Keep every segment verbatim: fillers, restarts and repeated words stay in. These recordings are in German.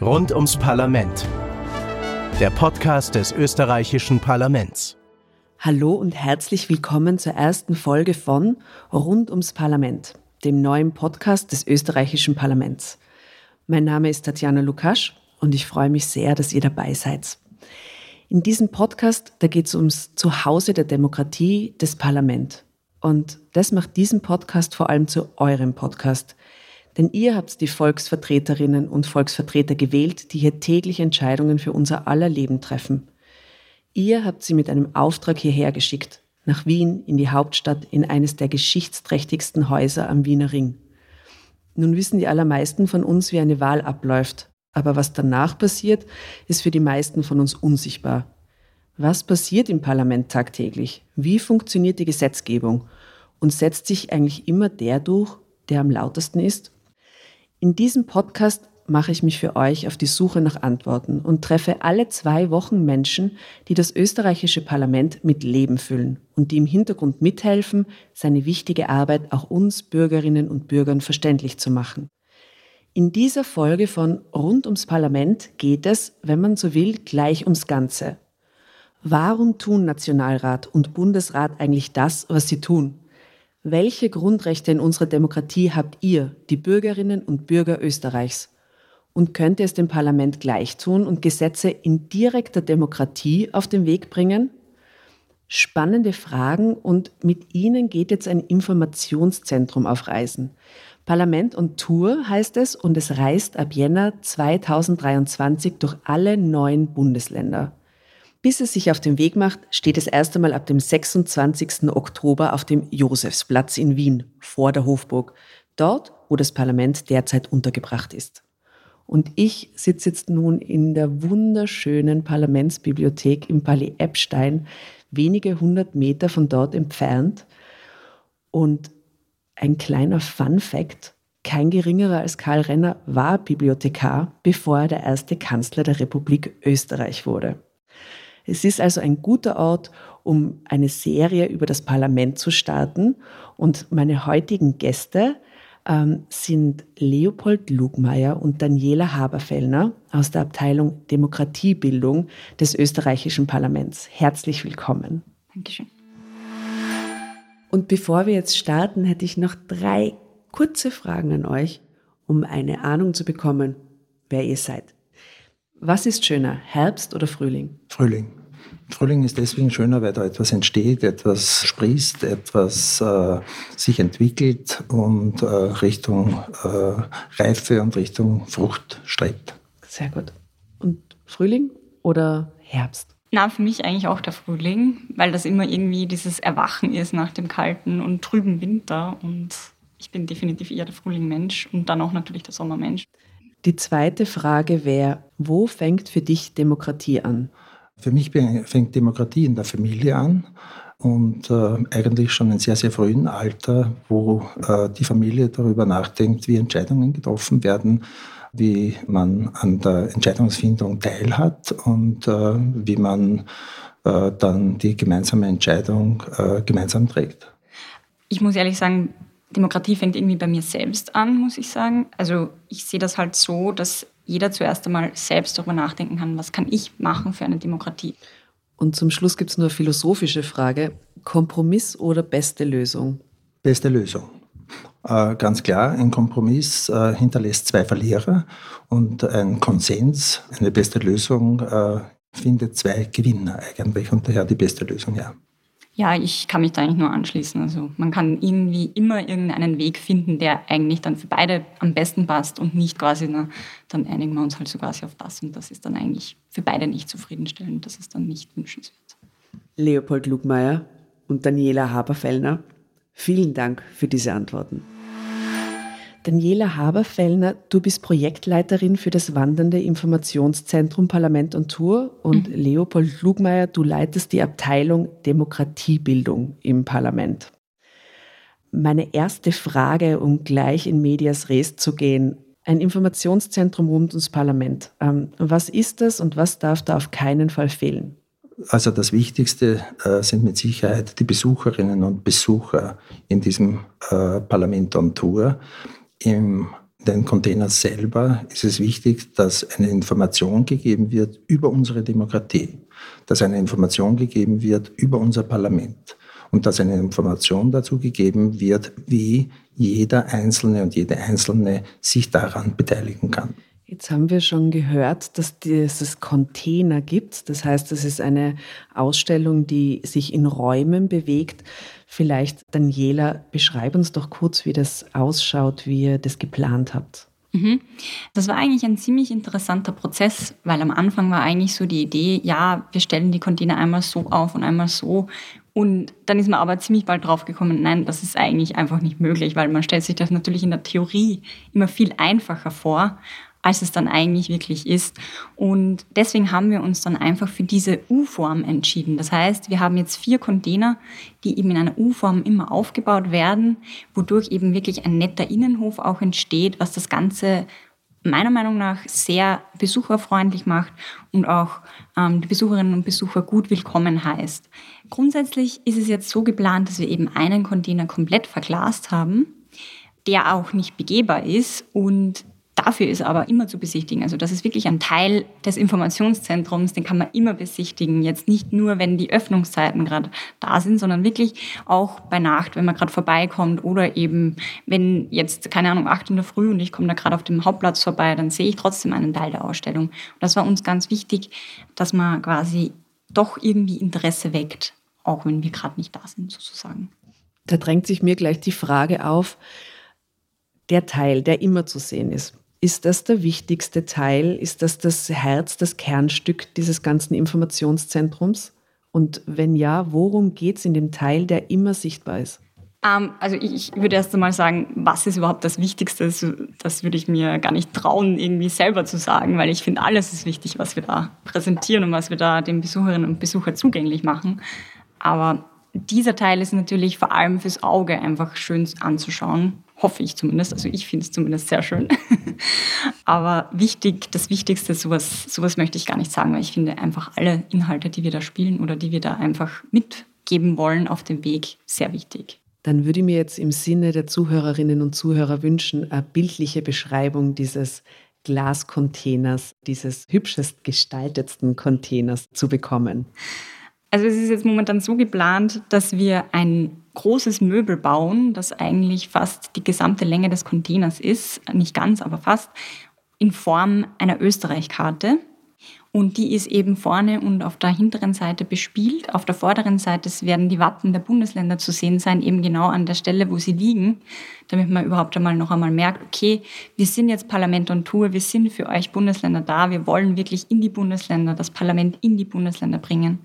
Rund ums Parlament. Der Podcast des österreichischen Parlaments. Hallo und herzlich willkommen zur ersten Folge von Rund ums Parlament, dem neuen Podcast des österreichischen Parlaments. Mein Name ist Tatjana Lukasch und ich freue mich sehr, dass ihr dabei seid. In diesem Podcast, da geht es ums Zuhause der Demokratie, des Parlaments. Und das macht diesen Podcast vor allem zu eurem Podcast. Denn ihr habt die Volksvertreterinnen und Volksvertreter gewählt, die hier täglich Entscheidungen für unser aller Leben treffen. Ihr habt sie mit einem Auftrag hierher geschickt, nach Wien, in die Hauptstadt, in eines der geschichtsträchtigsten Häuser am Wiener Ring. Nun wissen die allermeisten von uns, wie eine Wahl abläuft. Aber was danach passiert, ist für die meisten von uns unsichtbar. Was passiert im Parlament tagtäglich? Wie funktioniert die Gesetzgebung? Und setzt sich eigentlich immer der durch, der am lautesten ist? In diesem Podcast mache ich mich für euch auf die Suche nach Antworten und treffe alle zwei Wochen Menschen, die das österreichische Parlament mit Leben füllen und die im Hintergrund mithelfen, seine wichtige Arbeit auch uns Bürgerinnen und Bürgern verständlich zu machen. In dieser Folge von Rund ums Parlament geht es, wenn man so will, gleich ums Ganze. Warum tun Nationalrat und Bundesrat eigentlich das, was sie tun? Welche Grundrechte in unserer Demokratie habt ihr, die Bürgerinnen und Bürger Österreichs? Und könnt ihr es dem Parlament gleich tun und Gesetze in direkter Demokratie auf den Weg bringen? Spannende Fragen und mit ihnen geht jetzt ein Informationszentrum auf Reisen. Parlament on Tour heißt es und es reist ab Jänner zweitausenddreiundzwanzig durch alle neun Bundesländer. Bis es sich auf den Weg macht, steht es erst einmal ab dem sechsundzwanzigsten Oktober auf dem Josefsplatz in Wien, vor der Hofburg, dort, wo das Parlament derzeit untergebracht ist. Und ich sitze jetzt nun in der wunderschönen Parlamentsbibliothek im Palais Eppstein, wenige hundert Meter von dort entfernt. Und ein kleiner Fun-Fact: Kein geringerer als Karl Renner war Bibliothekar, bevor er der erste Kanzler der Republik Österreich wurde. Es ist also ein guter Ort, um eine Serie über das Parlament zu starten. Und meine heutigen Gäste ähm, sind Leopold Lugmaier und Daniela Haberfellner aus der Abteilung Demokratiebildung des österreichischen Parlaments. Herzlich willkommen. Dankeschön. Und bevor wir jetzt starten, hätte ich noch drei kurze Fragen an euch, um eine Ahnung zu bekommen, wer ihr seid. Was ist schöner, Herbst oder Frühling? Frühling. Frühling ist deswegen schöner, weil da etwas entsteht, etwas sprießt, etwas äh, sich entwickelt und äh, Richtung äh, Reife und Richtung Frucht strebt. Sehr gut. Und Frühling oder Herbst? Na, für mich eigentlich auch der Frühling, weil das immer irgendwie dieses Erwachen ist nach dem kalten und trüben Winter. Und ich bin definitiv eher der Frühlingmensch und dann auch natürlich der Sommermensch. Die zweite Frage wäre, wo fängt für dich Demokratie an? Für mich fängt Demokratie in der Familie an und äh, eigentlich schon in sehr, sehr frühen Alter, wo äh, die Familie darüber nachdenkt, wie Entscheidungen getroffen werden, wie man an der Entscheidungsfindung teilhat und äh, wie man äh, dann die gemeinsame Entscheidung äh, gemeinsam trägt. Ich muss ehrlich sagen, Demokratie fängt irgendwie bei mir selbst an, muss ich sagen. Also ich sehe das halt so, dass jeder zuerst einmal selbst darüber nachdenken kann, was kann ich machen für eine Demokratie. Und zum Schluss gibt es nur eine philosophische Frage. Kompromiss oder beste Lösung? Beste Lösung. Äh, ganz klar, ein Kompromiss äh, hinterlässt zwei Verlierer und ein Konsens, eine beste Lösung, äh, findet zwei Gewinner eigentlich und daher die beste Lösung, ja. Ja, ich kann mich da eigentlich nur anschließen. Also man kann irgendwie immer irgendeinen Weg finden, der eigentlich dann für beide am besten passt und nicht quasi, na, dann einigen wir uns halt so quasi auf das und das ist dann eigentlich für beide nicht zufriedenstellend, das ist dann nicht wünschenswert. Leopold Lugmaier und Daniela Haberfellner, vielen Dank für diese Antworten. Daniela Haberfellner, du bist Projektleiterin für das wandernde Informationszentrum Parlament on Tour und mhm. Leopold Lugmaier, du leitest die Abteilung Demokratiebildung im Parlament. Meine erste Frage, um gleich in medias res zu gehen, ein Informationszentrum rund ums Parlament. Ähm, was ist das und was darf da auf keinen Fall fehlen? Also das Wichtigste äh, sind mit Sicherheit die Besucherinnen und Besucher in diesem äh, Parlament on Tour. Im In den Containers selber ist es wichtig, dass eine Information gegeben wird über unsere Demokratie, dass eine Information gegeben wird über unser Parlament und dass eine Information dazu gegeben wird, wie jeder Einzelne und jede Einzelne sich daran beteiligen kann. Jetzt haben wir schon gehört, dass es Container gibt. Das heißt, es ist eine Ausstellung, die sich in Räumen bewegt. Vielleicht, Daniela, beschreib uns doch kurz, wie das ausschaut, wie ihr das geplant habt. Mhm. Das war eigentlich ein ziemlich interessanter Prozess, weil am Anfang war eigentlich so die Idee, ja, wir stellen die Container einmal so auf und einmal so. Und dann ist man aber ziemlich bald drauf gekommen, nein, das ist eigentlich einfach nicht möglich, weil man stellt sich das natürlich in der Theorie immer viel einfacher vor, als es dann eigentlich wirklich ist. Und deswegen haben wir uns dann einfach für diese U-Form entschieden. Das heißt, wir haben jetzt vier Container, die eben in einer U-Form immer aufgebaut werden, wodurch eben wirklich ein netter Innenhof auch entsteht, was das Ganze meiner Meinung nach sehr besucherfreundlich macht und auch ähm, die Besucherinnen und Besucher gut willkommen heißt. Grundsätzlich ist es jetzt so geplant, dass wir eben einen Container komplett verglast haben, der auch nicht begehbar ist und dafür ist aber immer zu besichtigen. Also das ist wirklich ein Teil des Informationszentrums, den kann man immer besichtigen. Jetzt nicht nur, wenn die Öffnungszeiten gerade da sind, sondern wirklich auch bei Nacht, wenn man gerade vorbeikommt oder eben, wenn jetzt, keine Ahnung, acht in der Früh und ich komme da gerade auf dem Hauptplatz vorbei, dann sehe ich trotzdem einen Teil der Ausstellung. Und das war uns ganz wichtig, dass man quasi doch irgendwie Interesse weckt, auch wenn wir gerade nicht da sind, sozusagen. Da drängt sich mir gleich die Frage auf, der Teil, der immer zu sehen ist. Ist das der wichtigste Teil? Ist das das Herz, das Kernstück dieses ganzen Informationszentrums? Und wenn ja, worum geht es in dem Teil, der immer sichtbar ist? Um, also ich, ich würde erst einmal sagen, was ist überhaupt das Wichtigste? Das würde ich mir gar nicht trauen, irgendwie selber zu sagen, weil ich finde, alles ist wichtig, was wir da präsentieren und was wir da den Besucherinnen und Besuchern zugänglich machen. Aber dieser Teil ist natürlich vor allem fürs Auge einfach schön anzuschauen. Hoffe ich zumindest. Also ich finde es zumindest sehr schön. Aber wichtig, das Wichtigste, sowas, sowas möchte ich gar nicht sagen, weil ich finde einfach alle Inhalte, die wir da spielen oder die wir da einfach mitgeben wollen auf dem Weg, sehr wichtig. Dann würde ich mir jetzt im Sinne der Zuhörerinnen und Zuhörer wünschen, eine bildliche Beschreibung dieses Glascontainers, dieses hübschest gestaltetsten Containers zu bekommen. Also es ist jetzt momentan so geplant, dass wir ein großes Möbel bauen, das eigentlich fast die gesamte Länge des Containers ist, nicht ganz, aber fast, in Form einer Österreich-Karte. Und die ist eben vorne und auf der hinteren Seite bespielt. Auf der vorderen Seite werden die Wappen der Bundesländer zu sehen sein, eben genau an der Stelle, wo sie liegen, damit man überhaupt einmal noch einmal merkt, okay, wir sind jetzt Parlament on Tour, wir sind für euch Bundesländer da, wir wollen wirklich in die Bundesländer, das Parlament in die Bundesländer bringen.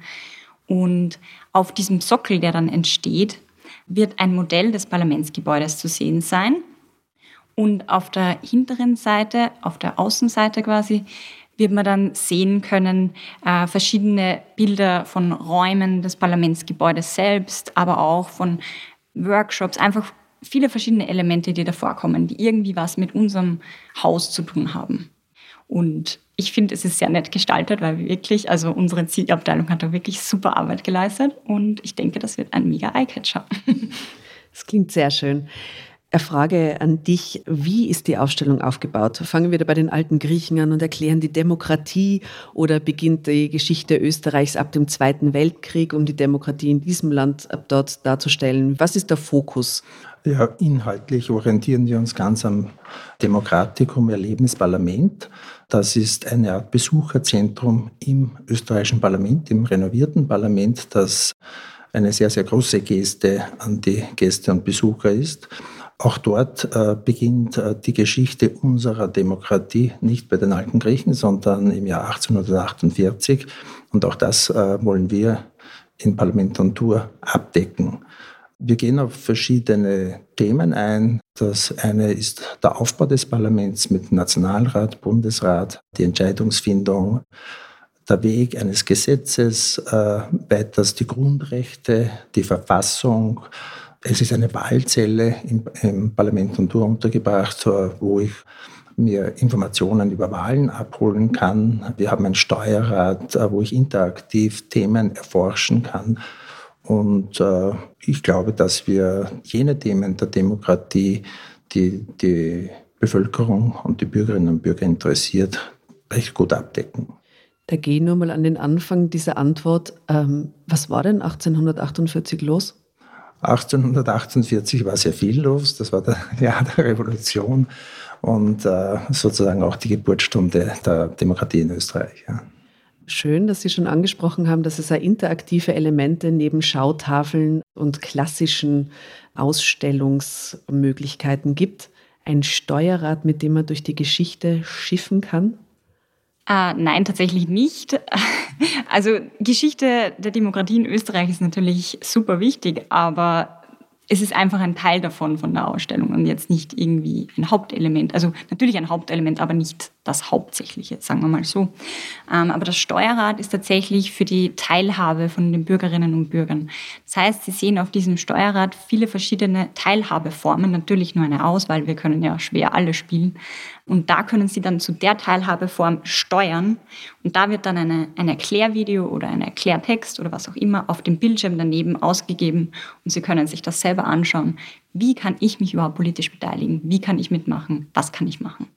Und auf diesem Sockel, der dann entsteht, wird ein Modell des Parlamentsgebäudes zu sehen sein. Und auf der hinteren Seite, auf der Außenseite quasi, wird man dann sehen können, äh, verschiedene Bilder von Räumen des Parlamentsgebäudes selbst, aber auch von Workshops, einfach viele verschiedene Elemente, die da vorkommen, die irgendwie was mit unserem Haus zu tun haben. Und ich finde, es ist sehr nett gestaltet, weil wir wirklich, also unsere Zielabteilung hat da wirklich super Arbeit geleistet und ich denke, das wird ein mega Eyecatcher. Das klingt sehr schön. Eine Frage an dich, wie ist die Ausstellung aufgebaut? Fangen wir da bei den alten Griechen an und erklären die Demokratie oder beginnt die Geschichte Österreichs ab dem Zweiten Weltkrieg, um die Demokratie in diesem Land ab dort darzustellen? Was ist der Fokus? Ja, inhaltlich orientieren wir uns ganz am Demokratikum Erlebnisparlament. Das ist eine Art Besucherzentrum im österreichischen Parlament, im renovierten Parlament, das eine sehr, sehr große Geste an die Gäste und Besucher ist. Auch dort äh, beginnt äh, die Geschichte unserer Demokratie, nicht bei den alten Griechen, sondern im Jahr achtzehnhundertachtundvierzig. Und auch das äh, wollen wir in Parlament on Tour abdecken. Wir gehen auf verschiedene Themen ein. Das eine ist der Aufbau des Parlaments mit Nationalrat, Bundesrat, die Entscheidungsfindung, der Weg eines Gesetzes, äh, weiters die Grundrechte, die Verfassung. Es ist eine Wahlzelle im, im Parlament on Tour untergebracht, wo ich mir Informationen über Wahlen abholen kann. Wir haben ein Steuerrat, wo ich interaktiv Themen erforschen kann. Und äh, ich glaube, dass wir jene Themen der Demokratie, die die Bevölkerung und die Bürgerinnen und Bürger interessiert, recht gut abdecken. Da gehe ich nur mal an den Anfang dieser Antwort. Ähm, was war denn achtzehnhundertachtundvierzig los? achtzehnhundertachtundvierzig war sehr viel los. Das war das Jahr der Revolution und äh, sozusagen auch die Geburtsstunde der Demokratie in Österreich. Ja. Schön, dass Sie schon angesprochen haben, dass es auch interaktive Elemente neben Schautafeln und klassischen Ausstellungsmöglichkeiten gibt. Ein Steuerrad, mit dem man durch die Geschichte schiffen kann? Äh, nein, tatsächlich nicht. Also Geschichte der Demokratie in Österreich ist natürlich super wichtig, aber es ist einfach ein Teil davon, von der Ausstellung und jetzt nicht irgendwie ein Hauptelement. Also natürlich ein Hauptelement, aber nicht das Hauptsächliche, sagen wir mal so. Ähm, aber das Steuerrad ist tatsächlich für die Teilhabe von den Bürgerinnen und Bürgern. Das heißt, Sie sehen auf diesem Steuerrad viele verschiedene Teilhabeformen, natürlich nur eine Auswahl, wir können ja schwer alle spielen. Und da können Sie dann zu der Teilhabeform steuern. Und da wird dann eine, ein Erklärvideo oder ein Erklärtext oder was auch immer auf dem Bildschirm daneben ausgegeben. Und Sie können sich das selber anschauen. Wie kann ich mich überhaupt politisch beteiligen? Wie kann ich mitmachen? Was kann ich machen?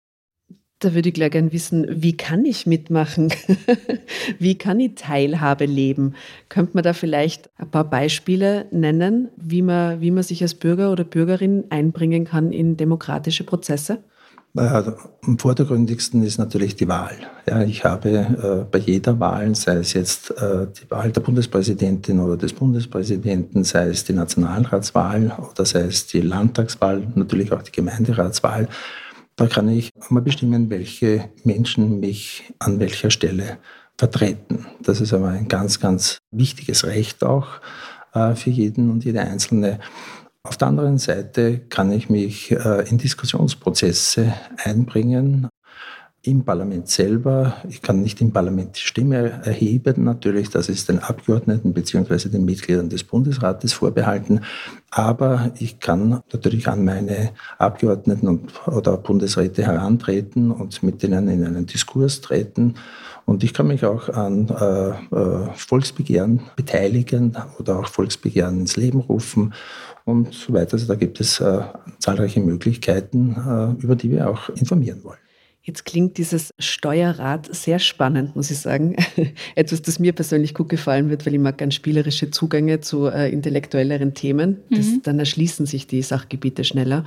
Da würde ich gleich gerne wissen, wie kann ich mitmachen? Wie kann ich Teilhabe leben? Könnte man da vielleicht ein paar Beispiele nennen, wie man, wie man sich als Bürger oder Bürgerin einbringen kann in demokratische Prozesse? Naja, am vordergründigsten ist natürlich die Wahl. Ja, ich habe äh, bei jeder Wahl, sei es jetzt äh, die Wahl der Bundespräsidentin oder des Bundespräsidenten, sei es die Nationalratswahl oder sei es die Landtagswahl, natürlich auch die Gemeinderatswahl, da kann ich mal bestimmen, welche Menschen mich an welcher Stelle vertreten. Das ist aber ein ganz, ganz wichtiges Recht auch äh, für jeden und jede Einzelne. Auf der anderen Seite kann ich mich äh, in Diskussionsprozesse einbringen, im Parlament selber. Ich kann nicht im Parlament die Stimme erheben, natürlich, das ist den Abgeordneten bzw. den Mitgliedern des Bundesrates vorbehalten. Aber ich kann natürlich an meine Abgeordneten und, oder Bundesräte herantreten und mit denen in einen Diskurs treten. Und ich kann mich auch an äh, äh, Volksbegehren beteiligen oder auch Volksbegehren ins Leben rufen und so weiter. Also da gibt es äh, zahlreiche Möglichkeiten, äh, über die wir auch informieren wollen. Jetzt klingt dieses Steuerrad sehr spannend, muss ich sagen. Etwas, das mir persönlich gut gefallen wird, weil ich mag ganz spielerische Zugänge zu äh, intellektuelleren Themen. Das, mhm. Dann erschließen sich die Sachgebiete schneller.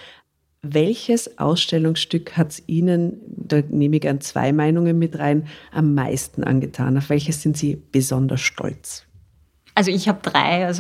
Welches Ausstellungsstück hat es Ihnen, da nehme ich an zwei Meinungen mit rein, am meisten angetan? Auf welches sind Sie besonders stolz? Also ich habe drei. Also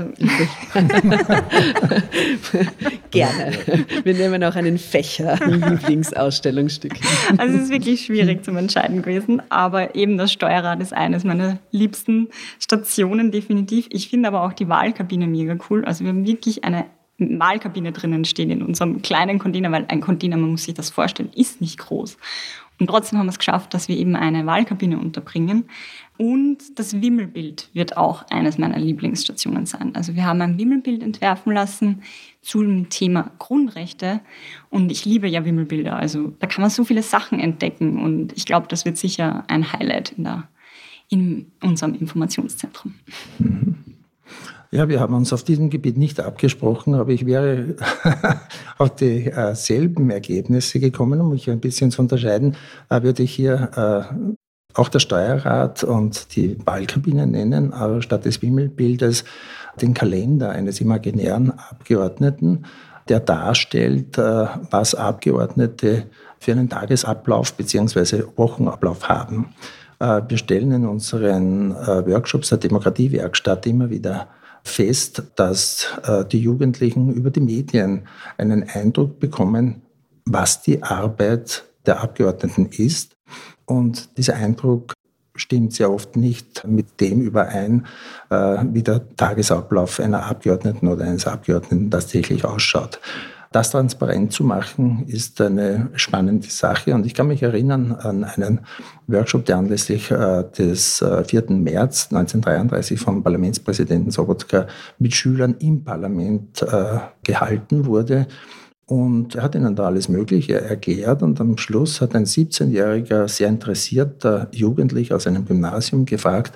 Gerne. Wir nehmen auch einen Fächer, ein Lieblingsausstellungsstück. Also es ist wirklich schwierig zum Entscheiden gewesen, aber eben das Steuerrad ist eines meiner liebsten Stationen definitiv. Ich finde aber auch die Wahlkabine mega cool. Also wir haben wirklich eine Wahlkabine drinnen stehen in unserem kleinen Container, weil ein Container, man muss sich das vorstellen, ist nicht groß. Und trotzdem haben wir es geschafft, dass wir eben eine Wahlkabine unterbringen. Und das Wimmelbild wird auch eines meiner Lieblingsstationen sein. Also wir haben ein Wimmelbild entwerfen lassen zum Thema Grundrechte. Und ich liebe ja Wimmelbilder. Also da kann man so viele Sachen entdecken. Und ich glaube, das wird sicher ein Highlight in, der, in unserem Informationszentrum. Ja, wir haben uns auf diesem Gebiet nicht abgesprochen, aber ich wäre auf dieselben Ergebnisse gekommen, um mich ein bisschen zu unterscheiden, würde ich hier äh, auch das Steuerrad und die Wahlkabine nennen, aber statt des Wimmelbildes den Kalender eines imaginären Abgeordneten, der darstellt, äh, was Abgeordnete für einen Tagesablauf bzw. Wochenablauf haben. Äh, wir stellen in unseren äh, Workshops der Demokratiewerkstatt immer wieder fest, dass äh, die Jugendlichen über die Medien einen Eindruck bekommen, was die Arbeit der Abgeordneten ist. Und dieser Eindruck stimmt sehr oft nicht mit dem überein, äh, wie der Tagesablauf einer Abgeordneten oder eines Abgeordneten tatsächlich ausschaut. Das transparent zu machen, ist eine spannende Sache. Und ich kann mich erinnern an einen Workshop, der anlässlich äh, des äh, vierten März neunzehnhundertdreiunddreißig vom Parlamentspräsidenten Sobotka mit Schülern im Parlament äh, gehalten wurde. Und er hat ihnen da alles Mögliche erklärt. Und am Schluss hat ein siebzehnjähriger, sehr interessierter Jugendlicher aus einem Gymnasium gefragt,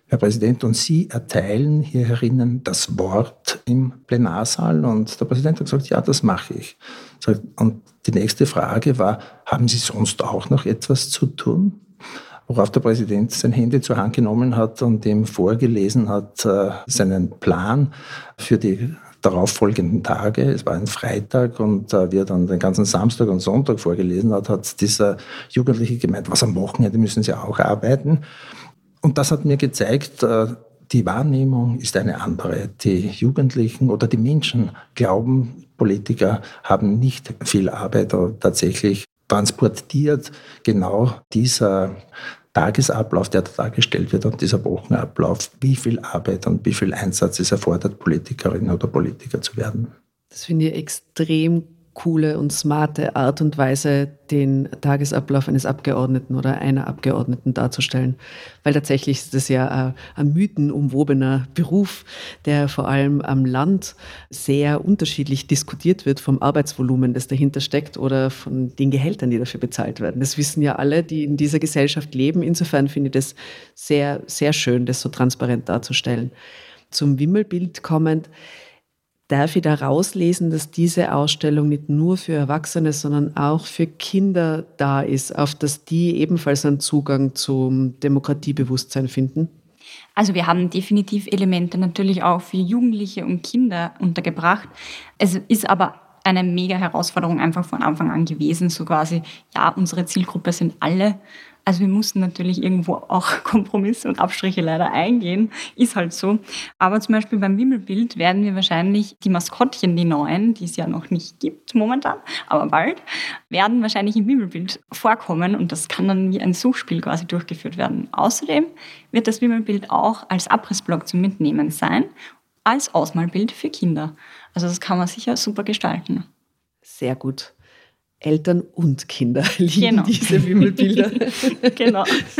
Herr Präsident, und Sie erteilen hier herinnen das Wort im Plenarsaal. Und der Präsident hat gesagt, ja, das mache ich. Und die nächste Frage war, haben Sie sonst auch noch etwas zu tun? Worauf der Präsident sein Handy zur Hand genommen hat und ihm vorgelesen hat, äh, seinen Plan für die darauffolgenden Tage. Es war ein Freitag und äh, wie er dann den ganzen Samstag und Sonntag vorgelesen hat, hat dieser Jugendliche gemeint, was am Wochenende müssen Sie auch arbeiten. Und das hat mir gezeigt, äh, die Wahrnehmung ist eine andere. Die Jugendlichen oder die Menschen glauben, Politiker haben nicht viel Arbeit, aber tatsächlich transportiert genau dieser Tagesablauf, der da dargestellt wird, und dieser Wochenablauf, wie viel Arbeit und wie viel Einsatz es erfordert, Politikerin oder Politiker zu werden. Das finde ich extrem coole und smarte Art und Weise, den Tagesablauf eines Abgeordneten oder einer Abgeordneten darzustellen. Weil tatsächlich ist das ja ein, ein mythenumwobener Beruf, der vor allem am Land sehr unterschiedlich diskutiert wird vom Arbeitsvolumen, das dahinter steckt oder von den Gehältern, die dafür bezahlt werden. Das wissen ja alle, die in dieser Gesellschaft leben. Insofern finde ich das sehr, sehr schön, das so transparent darzustellen. Zum Wimmelbild kommend, darf ich da rauslesen, dass diese Ausstellung nicht nur für Erwachsene, sondern auch für Kinder da ist, auf dass die ebenfalls einen Zugang zum Demokratiebewusstsein finden? Also wir haben definitiv Elemente natürlich auch für Jugendliche und Kinder untergebracht. Es ist aber eine mega Herausforderung einfach von Anfang an gewesen, so quasi, ja, unsere Zielgruppe sind alle. Also wir mussten natürlich irgendwo auch Kompromisse und Abstriche leider eingehen, ist halt so. Aber zum Beispiel beim Wimmelbild werden wir wahrscheinlich die Maskottchen, die neuen, die es ja noch nicht gibt momentan, aber bald, werden wahrscheinlich im Wimmelbild vorkommen und das kann dann wie ein Suchspiel quasi durchgeführt werden. Außerdem wird das Wimmelbild auch als Abrissblock zum Mitnehmen sein, als Ausmalbild für Kinder. Also das kann man sicher super gestalten. Sehr gut. Eltern und Kinder lieben genau. diese Wimmelbilder. Genau.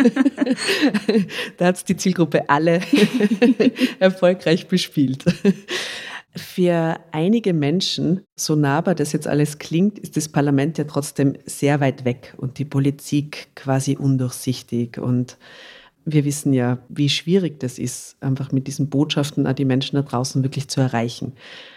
Da hat es die Zielgruppe alle erfolgreich bespielt. Für einige Menschen, so nahbar das jetzt alles klingt, ist das Parlament ja trotzdem sehr weit weg und die Politik quasi undurchsichtig. Und wir wissen ja, wie schwierig das ist, einfach mit diesen Botschaften auch die Menschen da draußen wirklich zu erreichen.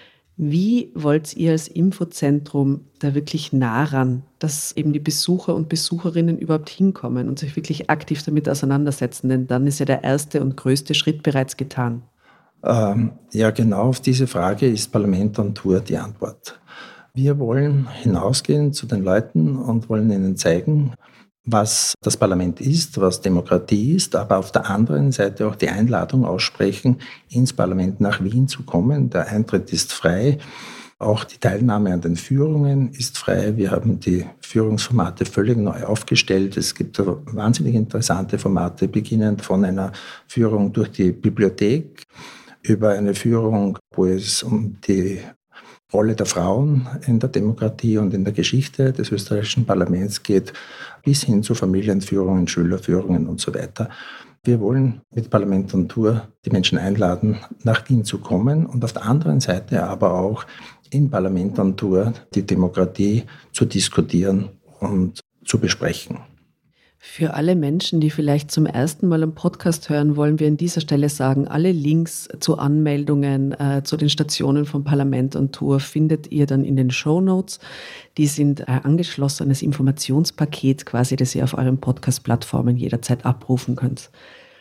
Wie wollt ihr als Infozentrum da wirklich nah ran, dass eben die Besucher und Besucherinnen überhaupt hinkommen und sich wirklich aktiv damit auseinandersetzen? Denn dann ist ja der erste und größte Schritt bereits getan. Ähm, ja, genau auf diese Frage ist Parlament on Tour die Antwort. Wir wollen hinausgehen zu den Leuten und wollen ihnen zeigen, was das Parlament ist, was Demokratie ist, aber auf der anderen Seite auch die Einladung aussprechen, ins Parlament nach Wien zu kommen. Der Eintritt ist frei, auch die Teilnahme an den Führungen ist frei. Wir haben die Führungsformate völlig neu aufgestellt. Es gibt wahnsinnig interessante Formate, beginnend von einer Führung durch die Bibliothek über eine Führung, wo es um die Rolle der Frauen in der Demokratie und in der Geschichte des österreichischen Parlaments geht, bis hin zu Familienführungen, Schülerführungen und so weiter. Wir wollen mit Parlament on Tour die Menschen einladen, nach Wien zu kommen und auf der anderen Seite aber auch in Parlament on Tour die Demokratie zu diskutieren und zu besprechen. Für alle Menschen, die vielleicht zum ersten Mal einen Podcast hören, wollen wir an dieser Stelle sagen, alle Links zu Anmeldungen, äh, zu den Stationen vom Parlament on Tour findet ihr dann in den Shownotes. Die sind ein angeschlossenes Informationspaket quasi, das ihr auf euren Podcast-Plattformen jederzeit abrufen könnt.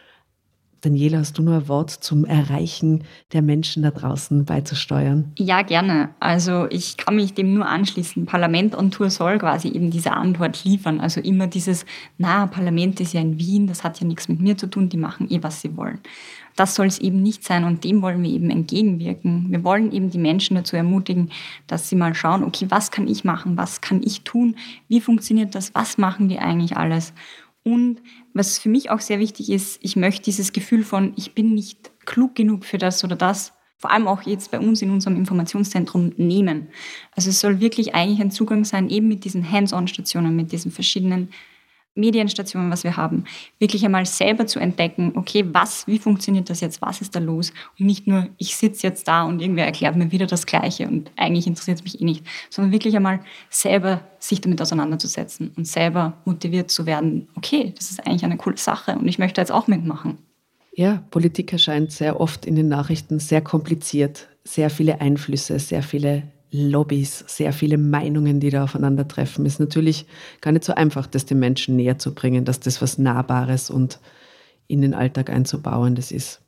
Daniela, hast du noch ein Wort zum Erreichen der Menschen da draußen beizusteuern? Ja, gerne. Also ich kann mich dem nur anschließen. Parlament on Tour soll quasi eben diese Antwort liefern. Also immer dieses, na, Parlament ist ja in Wien, das hat ja nichts mit mir zu tun, die machen eh, was sie wollen. Das soll es eben nicht sein und dem wollen wir eben entgegenwirken. Wir wollen eben die Menschen dazu ermutigen, dass sie mal schauen, okay, was kann ich machen, was kann ich tun, wie funktioniert das, was machen die eigentlich alles? Und was für mich auch sehr wichtig ist, ich möchte dieses Gefühl von, ich bin nicht klug genug für das oder das, vor allem auch jetzt bei uns in unserem Informationszentrum nehmen. Also es soll wirklich eigentlich ein Zugang sein, eben mit diesen Hands-on-Stationen, mit diesen verschiedenen Medienstationen, was wir haben, wirklich einmal selber zu entdecken, okay, was, wie funktioniert das jetzt, was ist da los? Und nicht nur, ich sitze jetzt da und irgendwer erklärt mir wieder das Gleiche und eigentlich interessiert es mich eh nicht, sondern wirklich einmal selber sich damit auseinanderzusetzen und selber motiviert zu werden, okay, das ist eigentlich eine coole Sache und ich möchte jetzt auch mitmachen. Ja, Politik erscheint sehr oft in den Nachrichten sehr kompliziert, sehr viele Einflüsse, sehr viele Lobbys, sehr viele Meinungen, die da aufeinandertreffen. Ist natürlich gar nicht so einfach, das den Menschen näher zu bringen, dass das was Nahbares und in den Alltag einzubauendes ist.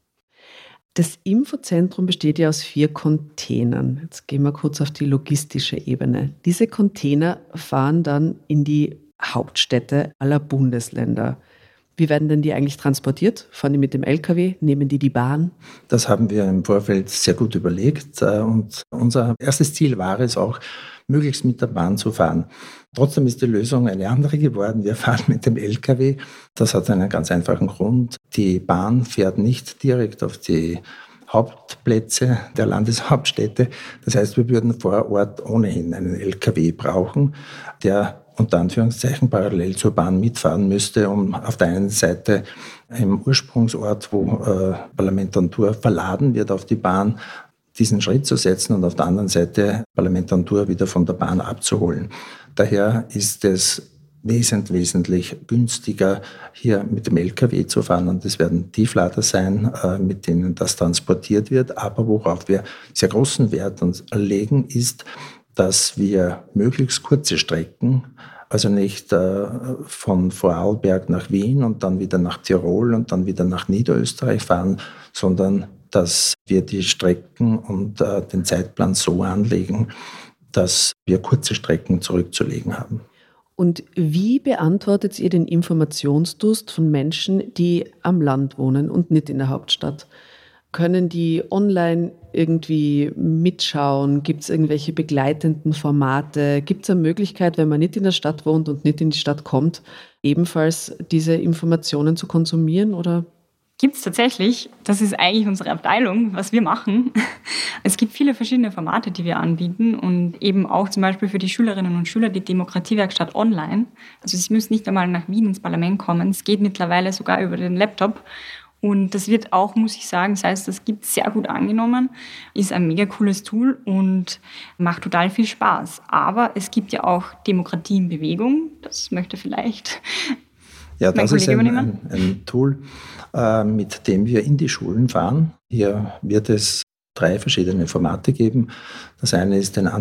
Das Infozentrum besteht ja aus vier Containern. Jetzt gehen wir kurz auf die logistische Ebene. Diese Container fahren dann in die Hauptstädte aller Bundesländer. Wie werden denn die eigentlich transportiert? Fahren die mit dem L K W? Nehmen die die Bahn? Das haben wir im Vorfeld sehr gut überlegt. Und unser erstes Ziel war es auch, möglichst mit der Bahn zu fahren. Trotzdem ist die Lösung eine andere geworden. Wir fahren mit dem L K W. Das hat einen ganz einfachen Grund. Die Bahn fährt nicht direkt auf die Hauptplätze der Landeshauptstädte. Das heißt, wir würden vor Ort ohnehin einen L K W brauchen, der unter Anführungszeichen parallel zur Bahn mitfahren müsste, um auf der einen Seite im Ursprungsort, wo äh, Parlamentantur verladen wird auf die Bahn, diesen Schritt zu setzen und auf der anderen Seite Parlamentantur wieder von der Bahn abzuholen. Daher ist es wesentlich, wesentlich günstiger, hier mit dem L K W zu fahren. Und es werden Tieflader sein, äh, mit denen das transportiert wird. Aber worauf wir sehr großen Wert legen, ist, dass wir möglichst kurze Strecken, also nicht äh, von Vorarlberg nach Wien und dann wieder nach Tirol und dann wieder nach Niederösterreich fahren, sondern dass wir die Strecken und äh, den Zeitplan so anlegen, dass wir kurze Strecken zurückzulegen haben. Und wie beantwortet ihr den Informationsdurst von Menschen, die am Land wohnen und nicht in der Hauptstadt? Können die online irgendwie mitschauen? Gibt es irgendwelche begleitenden Formate? Gibt es eine Möglichkeit, wenn man nicht in der Stadt wohnt und nicht in die Stadt kommt, ebenfalls diese Informationen zu konsumieren? Oder? Gibt es tatsächlich. Das ist eigentlich unsere Abteilung, was wir machen. Es gibt viele verschiedene Formate, die wir anbieten und eben auch zum Beispiel für die Schülerinnen und Schüler die Demokratiewerkstatt online. Also sie müssen nicht einmal nach Wien ins Parlament kommen. Es geht mittlerweile sogar über den Laptop. Und das wird auch, muss ich sagen, das heißt, das gibt sehr gut angenommen, ist ein mega cooles Tool und macht total viel Spaß. Aber es gibt ja auch Demokratie in Bewegung, das möchte vielleicht ja, mein das Kollege ist ein, übernehmen. ein, ein Tool, äh, mit dem wir in die Schulen fahren. Hier wird es drei verschiedene Formate geben. Das eine ist ein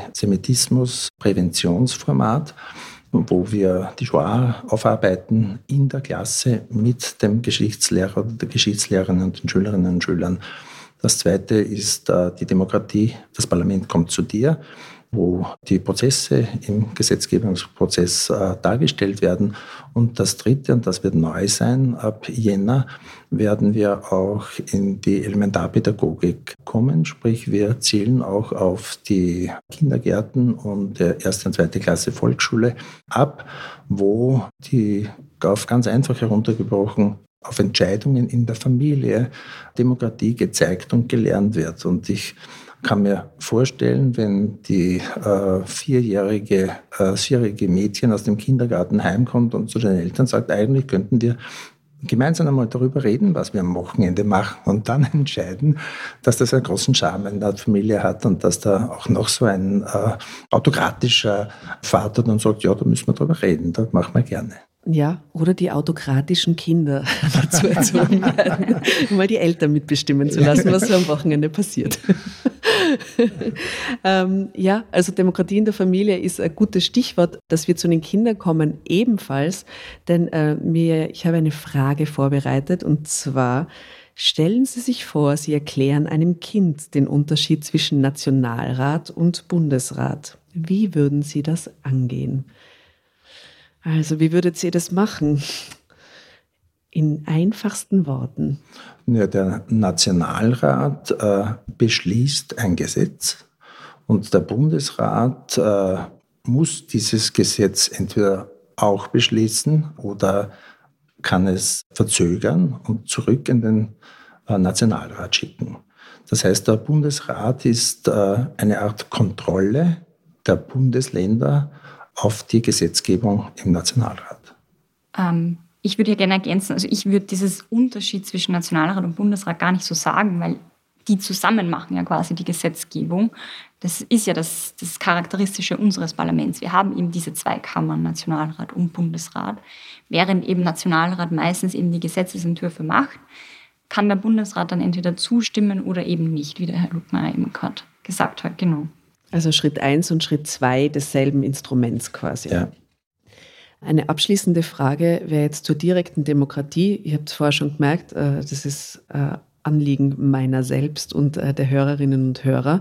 Antisemitismus-Präventionsformat, wo wir die Shoah aufarbeiten in der Klasse mit dem Geschichtslehrer oder der Geschichtslehrerin und den Schülerinnen und Schülern. Das zweite ist äh, die Demokratie. Das Parlament kommt zu dir, wo die Prozesse im Gesetzgebungsprozess äh, dargestellt werden. Und das dritte, und das wird neu sein, ab Jänner werden wir auch in die Elementarpädagogik kommen. Sprich, wir zielen auch auf die Kindergärten und der erste und zweite Klasse Volksschule ab, wo die auf ganz einfach heruntergebrochen auf Entscheidungen in der Familie Demokratie gezeigt und gelernt wird. Und ich kann mir vorstellen, wenn die äh, vierjährige, äh, vierjährige Mädchen aus dem Kindergarten heimkommt und zu den Eltern sagt, eigentlich könnten wir gemeinsam einmal darüber reden, was wir am Wochenende machen und dann entscheiden, dass das einen großen Charme in der Familie hat und dass da auch noch so ein äh, autokratischer Vater dann sagt, ja, da müssen wir drüber reden, das machen wir gerne. Ja, oder die autokratischen Kinder dazu erzogen werden, um mal die Eltern mitbestimmen zu lassen, was so am Wochenende passiert. ähm, ja, also Demokratie in der Familie ist ein gutes Stichwort, dass wir zu den Kindern kommen ebenfalls, denn äh, mir, ich habe eine Frage vorbereitet und zwar, stellen Sie sich vor, Sie erklären einem Kind den Unterschied zwischen Nationalrat und Bundesrat. Wie würden Sie das angehen? Also, wie würdet ihr das machen? In einfachsten Worten. Ja, der Nationalrat äh, beschließt ein Gesetz und der Bundesrat äh, muss dieses Gesetz entweder auch beschließen oder kann es verzögern und zurück in den äh, Nationalrat schicken. Das heißt, der Bundesrat ist äh, eine Art Kontrolle der Bundesländer auf die Gesetzgebung im Nationalrat. Ähm, ich würde ja gerne ergänzen, also ich würde dieses Unterschied zwischen Nationalrat und Bundesrat gar nicht so sagen, weil die zusammen machen ja quasi die Gesetzgebung. Das ist ja das, das Charakteristische unseres Parlaments. Wir haben eben diese zwei Kammern, Nationalrat und Bundesrat, während eben Nationalrat meistens eben die Gesetzesentwürfe macht, kann der Bundesrat dann entweder zustimmen oder eben nicht, wie der Herr Lugmeier eben gerade gesagt hat. Genau. Also Schritt eins und Schritt zwei desselben Instruments quasi. Ja. Eine abschließende Frage wäre jetzt zur direkten Demokratie. Ihr habt es vorher schon gemerkt, das ist Anliegen meiner selbst und der Hörerinnen und Hörer.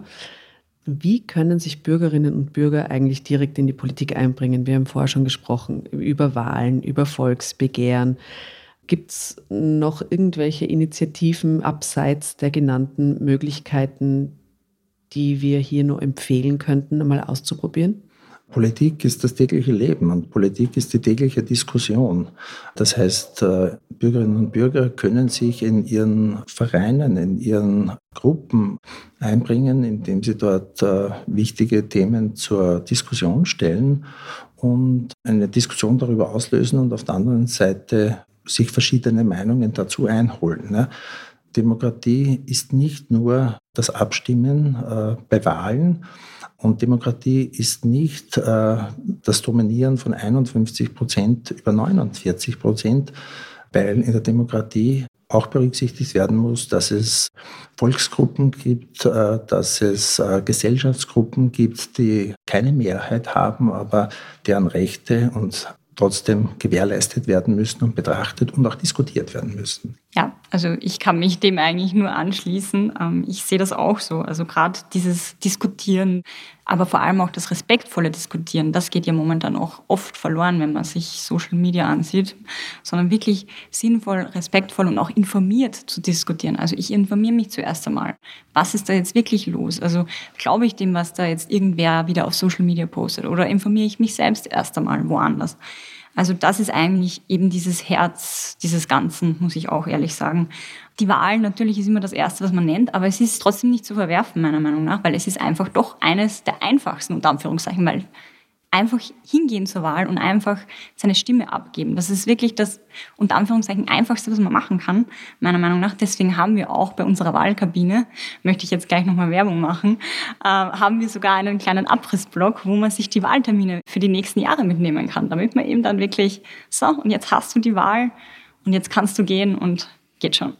Wie können sich Bürgerinnen und Bürger eigentlich direkt in die Politik einbringen? Wir haben vorher schon gesprochen über Wahlen, über Volksbegehren. Gibt es noch irgendwelche Initiativen abseits der genannten Möglichkeiten, die wir hier nur empfehlen könnten, einmal auszuprobieren? Politik ist das tägliche Leben und Politik ist die tägliche Diskussion. Das heißt, Bürgerinnen und Bürger können sich in ihren Vereinen, in ihren Gruppen einbringen, indem sie dort wichtige Themen zur Diskussion stellen und eine Diskussion darüber auslösen und auf der anderen Seite sich verschiedene Meinungen dazu einholen. Demokratie ist nicht nur das Abstimmen bei Wahlen, und Demokratie ist nicht äh, das Dominieren von einundfünfzig Prozent über neunundvierzig Prozent, weil in der Demokratie auch berücksichtigt werden muss, dass es Volksgruppen gibt, äh, dass es äh, Gesellschaftsgruppen gibt, die keine Mehrheit haben, aber deren Rechte und trotzdem gewährleistet werden müssen und betrachtet und auch diskutiert werden müssen. Ja, also ich kann mich dem eigentlich nur anschließen. Ich sehe das auch so. Also gerade dieses Diskutieren, aber vor allem auch das respektvolle Diskutieren, das geht ja momentan auch oft verloren, wenn man sich Social Media ansieht, sondern wirklich sinnvoll, respektvoll und auch informiert zu diskutieren. Also ich informiere mich zuerst einmal. Was ist da jetzt wirklich los? Also glaube ich dem, was da jetzt irgendwer wieder auf Social Media postet, oder informiere ich mich selbst erst einmal woanders? Also das ist eigentlich eben dieses Herz dieses Ganzen, muss ich auch ehrlich sagen. Die Wahl natürlich ist immer das Erste, was man nennt, aber es ist trotzdem nicht zu verwerfen, meiner Meinung nach, weil es ist einfach doch eines der einfachsten, unter Anführungszeichen, weil einfach hingehen zur Wahl und einfach seine Stimme abgeben. Das ist wirklich das, unter Anführungszeichen, Einfachste, was man machen kann, meiner Meinung nach. Deswegen haben wir auch bei unserer Wahlkabine, möchte ich jetzt gleich nochmal Werbung machen, äh, haben wir sogar einen kleinen Abrissblock, wo man sich die Wahltermine für die nächsten Jahre mitnehmen kann, damit man eben dann wirklich, so, und jetzt hast du die Wahl und jetzt kannst du gehen und geht schon.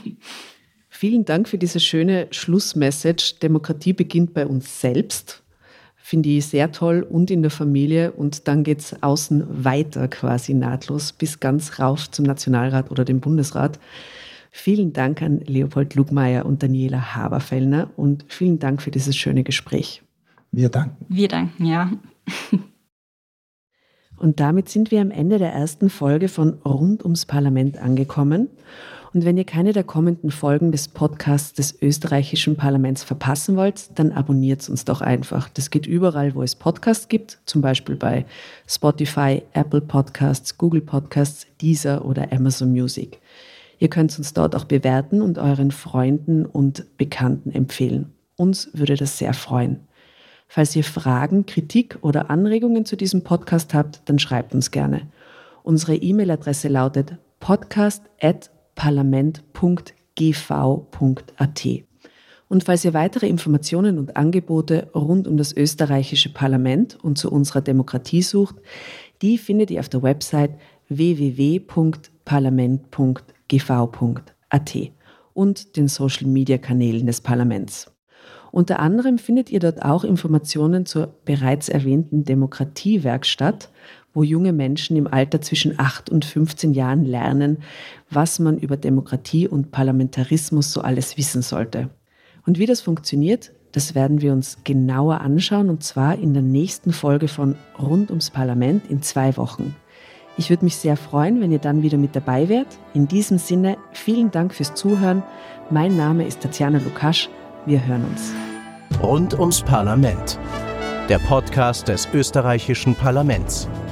Vielen Dank für diese schöne Schlussmessage. Demokratie beginnt bei uns selbst. Finde ich sehr toll, und in der Familie, und dann geht es außen weiter quasi nahtlos bis ganz rauf zum Nationalrat oder dem Bundesrat. Vielen Dank an Leopold Lugmeier und Daniela Haberfellner und vielen Dank für dieses schöne Gespräch. Wir danken. Wir danken, ja. Und damit sind wir am Ende der ersten Folge von Rund ums Parlament angekommen. Und wenn ihr keine der kommenden Folgen des Podcasts des österreichischen Parlaments verpassen wollt, dann abonniert uns doch einfach. Das geht überall, wo es Podcasts gibt, zum Beispiel bei Spotify, Apple Podcasts, Google Podcasts, Deezer oder Amazon Music. Ihr könnt uns dort auch bewerten und euren Freunden und Bekannten empfehlen. Uns würde das sehr freuen. Falls ihr Fragen, Kritik oder Anregungen zu diesem Podcast habt, dann schreibt uns gerne. Unsere E-Mail-Adresse lautet podcast at parlament punkt g v punkt a t. Und falls ihr weitere Informationen und Angebote rund um das österreichische Parlament und zu unserer Demokratie sucht, die findet ihr auf der Website w w w punkt parlament punkt g v punkt a t und den Social-Media-Kanälen des Parlaments. Unter anderem findet ihr dort auch Informationen zur bereits erwähnten Demokratiewerkstatt, wo junge Menschen im Alter zwischen acht und fünfzehn Jahren lernen, was man über Demokratie und Parlamentarismus so alles wissen sollte. Und wie das funktioniert, das werden wir uns genauer anschauen, und zwar in der nächsten Folge von Rund ums Parlament in zwei Wochen. Ich würde mich sehr freuen, wenn ihr dann wieder mit dabei wärt. In diesem Sinne, vielen Dank fürs Zuhören. Mein Name ist Tatjana Lukasch. Wir hören uns. Rund ums Parlament. Der Podcast des österreichischen Parlaments.